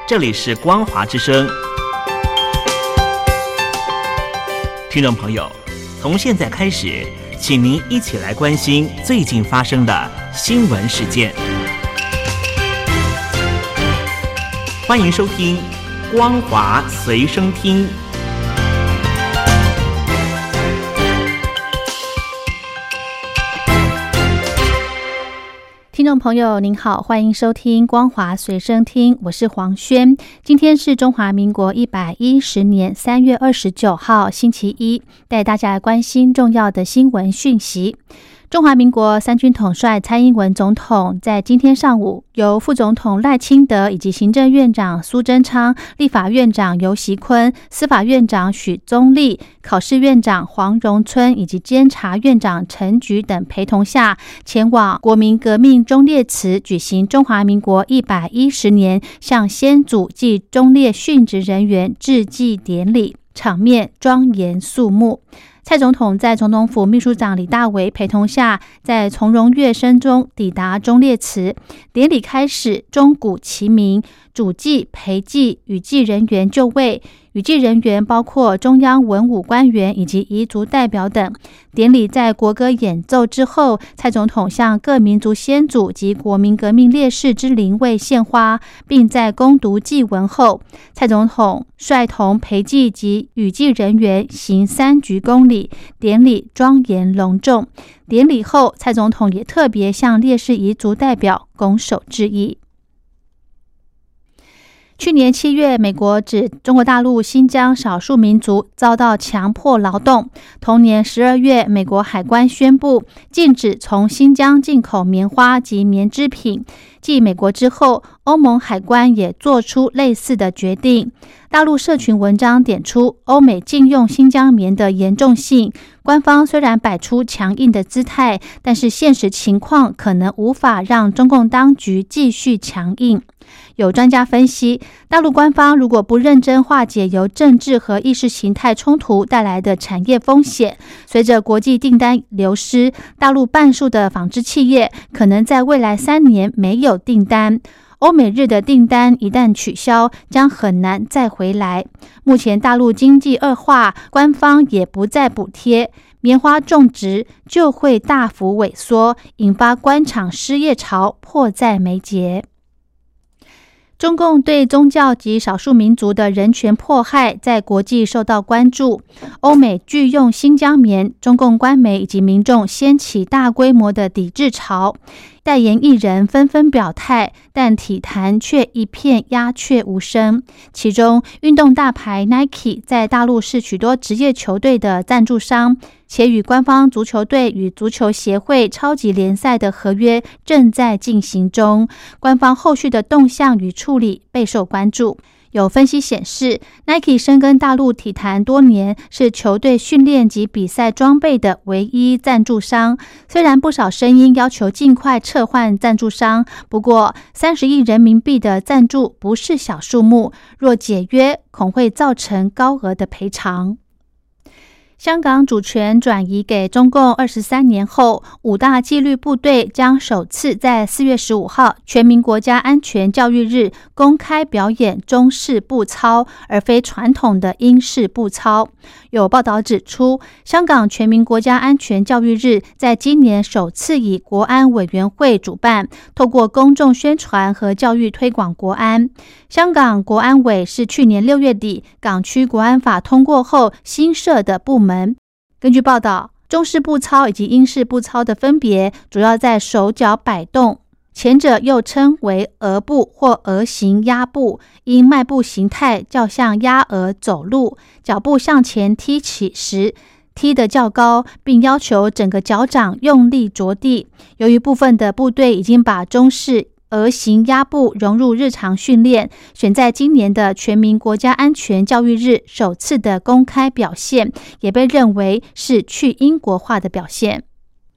这里是光华之声。听众朋友，从现在开始，请您一起来关心最近发生的新闻事件。欢迎收听光华随声听。 听众朋友您好，欢迎收听光华随声听，我是黄轩。今天是中华民国110年3月29号星期一，带大家来关心重要的新闻讯息。中华民国三军统帅蔡英文总统在今天上午由副总统赖清德以及行政院长苏贞昌、立法院长游锡堃、司法院长许宗力、考试院长黄荣村以及监察院长陈菊等陪同下，前往国民革命忠烈祠举行中华民国110年向先祖及忠烈殉职人员致祭典礼，场面庄严肃穆。蔡总统在总统府秘书长李大为陪同下，在从容乐声中抵达忠烈祠。典礼开始，钟鼓齐鸣，主祭、陪祭、与祭人员就位。与祭人员包括中央文武官员以及彝族代表等。典礼在国歌演奏之后，蔡总统向各民族先祖及国民革命烈士之灵位献花，并在恭读祭文后，蔡总统率同陪祭及与祭人员行3鞠躬礼，典礼庄严隆重。典礼后，蔡总统也特别向烈士彝族代表拱手致意。去年7月，美国指中国大陆新疆少数民族遭到强迫劳动。同年12月，美国海关宣布禁止从新疆进口棉花及棉织品。继美国之后，欧盟海关也做出类似的决定。大陆社群文章点出欧美禁用新疆棉的严重性，官方虽然摆出强硬的姿态，但是现实情况可能无法让中共当局继续强硬。有专家分析，大陆官方如果不认真化解由政治和意识形态冲突带来的产业风险，随着国际订单流失，大陆半数的纺织企业可能在未来3年没有订单。欧美日的订单一旦取消，将很难再回来。目前大陆经济恶化，官方也不再补贴，棉花种植就会大幅萎缩，引发官场失业潮，迫在眉睫。中共对宗教及少数民族的人权迫害在国际受到关注。欧美拒用新疆棉，中共官媒以及民众掀起大规模的抵制潮。代言艺人纷纷表态，但体坛却一片鸦雀无声。其中，运动大牌 Nike 在大陆是许多职业球队的赞助商，且与官方足球队与足球协会超级联赛的合约正在进行中，官方后续的动向与处理备受关注。有分析显示 ，Nike 深耕大陆体坛多年，是球队训练及比赛装备的唯一赞助商。虽然不少声音要求尽快撤换赞助商，不过30亿人民币的赞助不是小数目，若解约，恐会造成高额的赔偿。香港主权转移给中共23年后，5大纪律部队将首次在4月15号全民国家安全教育日公开表演中式步操，而非传统的英式步操。有报道指出，香港全民国家安全教育日在今年首次以国安委员会主办，透过公众宣传和教育推广国安。香港国安委是去年6月底港区国安法通过后新设的部门。根据报道，中式步操以及英式步操的分别主要在手脚摆动，前者又称为鹅步或鹅形鸭步，因迈步形态较像鸭鹅走路，脚步向前踢起时踢得较高，并要求整个脚掌用力着地。由于部分的部队已经把中式鹅形鸭步融入日常训练，选在今年的全民国家安全教育日首次的公开表现，也被认为是去英国化的表现。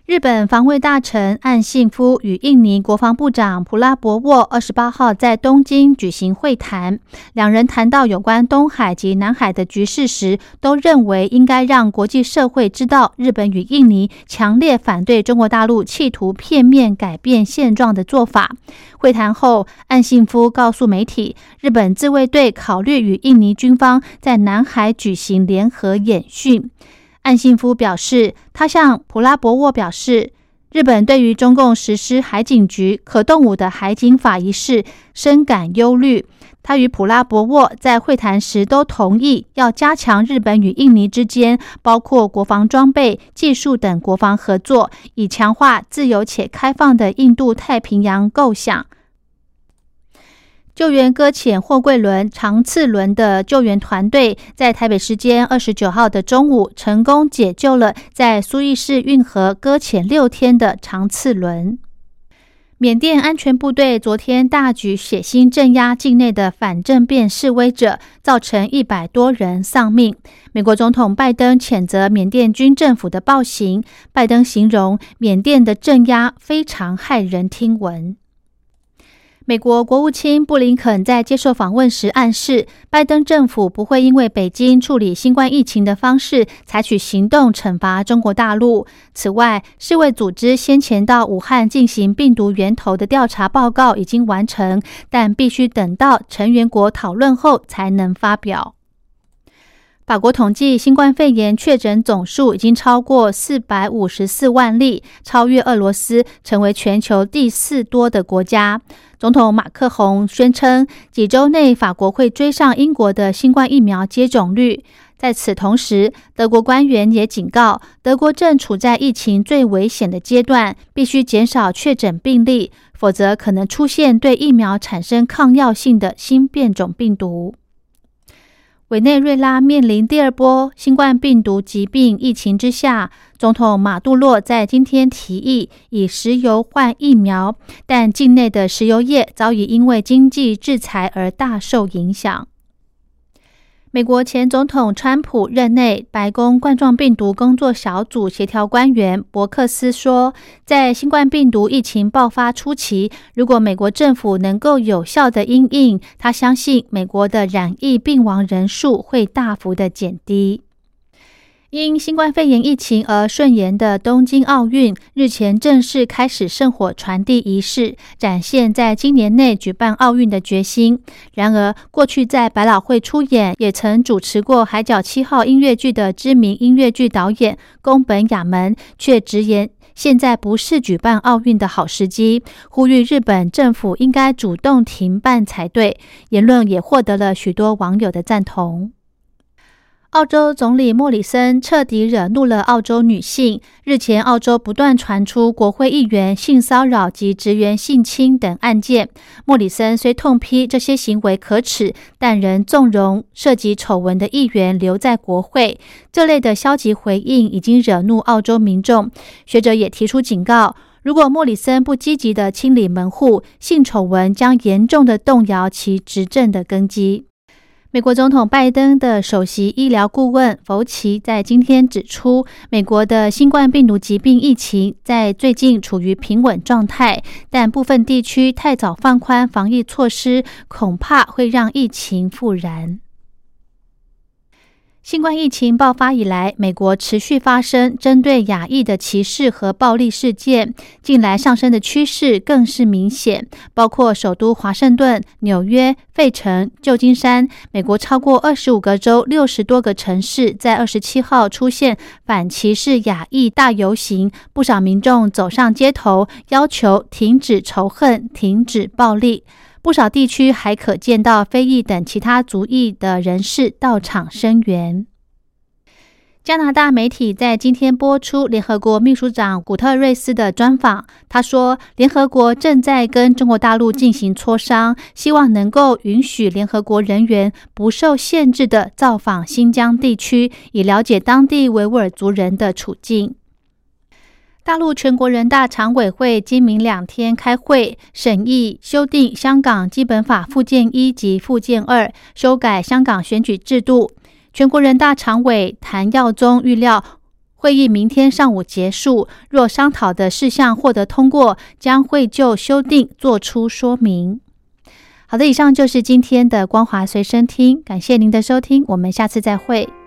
日本防卫大臣岸信夫与印尼国防部长普拉博沃28号在东京举行会谈，两人谈到有关东海及南海的局势时，都认为应该让国际社会知道日本与印尼强烈反对中国大陆企图片面改变现状的做法。会谈后，岸信夫告诉媒体，日本自卫队考虑与印尼军方在南海举行联合演训。岸信夫表示，他向普拉博沃表示，日本对于中共实施海警局可动武的海警法一事深感忧虑。他与普拉博沃在会谈时都同意要加强日本与印尼之间包括国防装备、技术等国防合作，以强化自由且开放的印度太平洋构想。救援搁浅货柜轮长次轮的救援团队在台北时间29号的中午成功解救了在苏伊士运河搁浅6天的长次轮。缅甸安全部队昨天大举血腥镇压境内的反政变示威者，造成100多人丧命。美国总统拜登谴责缅甸军政府的暴行，拜登形容缅甸的镇压非常骇人听闻。美国国务卿布林肯在接受访问时暗示，拜登政府不会因为北京处理新冠疫情的方式采取行动惩罚中国大陆。此外，世卫组织先前到武汉进行病毒源头的调查报告已经完成，但必须等到成员国讨论后才能发表。法国统计新冠肺炎确诊总数已经超过454万例，超越俄罗斯，成为全球第4多的国家。总统马克宏宣称，几周内法国会追上英国的新冠疫苗接种率。在此同时，德国官员也警告，德国正处在疫情最危险的阶段，必须减少确诊病例，否则可能出现对疫苗产生抗药性的新变种病毒。委内瑞拉面临第2波新冠病毒疾病疫情之下，总统马杜洛在今天提议以石油换疫苗，但境内的石油业早已因为经济制裁而大受影响。美国前总统川普任内白宫冠状病毒工作小组协调官员伯克斯说，在新冠病毒疫情爆发初期，如果美国政府能够有效的因应，他相信美国的染疫病亡人数会大幅的减低。因新冠肺炎疫情而顺延的东京奥运日前正式开始圣火传递仪式，展现在今年内举办奥运的决心。然而，过去在百老汇出演，也曾主持过《海角7号》音乐剧的知名音乐剧导演宫本雅门却直言，现在不是举办奥运的好时机，呼吁日本政府应该主动停办才对。言论也获得了许多网友的赞同。澳洲总理莫里森彻底惹怒了澳洲女性。日前，澳洲不断传出国会议员性骚扰及职员性侵等案件。莫里森虽痛批这些行为可耻，但仍纵容涉及丑闻的议员留在国会。这类的消极回应已经惹怒澳洲民众。学者也提出警告，如果莫里森不积极地清理门户，性丑闻将严重地动摇其执政的根基。美国总统拜登的首席医疗顾问福奇在今天指出，美国的新冠病毒疾病疫情在最近处于平稳状态，但部分地区太早放宽防疫措施，恐怕会让疫情复燃。新冠疫情爆发以来，美国持续发生针对亚裔的歧视和暴力事件，近来上升的趋势更是明显，包括首都华盛顿、纽约、费城、旧金山，美国超过25个州60多个城市在27号出现反歧视亚裔大游行，不少民众走上街头，要求停止仇恨、停止暴力。不少地区还可见到非裔等其他族裔的人士到场声援。加拿大媒体在今天播出联合国秘书长古特瑞斯的专访，他说，联合国正在跟中国大陆进行磋商，希望能够允许联合国人员不受限制地造访新疆地区，以了解当地维吾尔族人的处境。大陆全国人大常委会今明2天开会，审议修订香港基本法附件1及附件2，修改香港选举制度。全国人大常委谭耀宗预料会议明天上午结束，若商讨的事项获得通过，将会就修订做出说明。好的，以上就是今天的光华随身听，感谢您的收听，我们下次再会。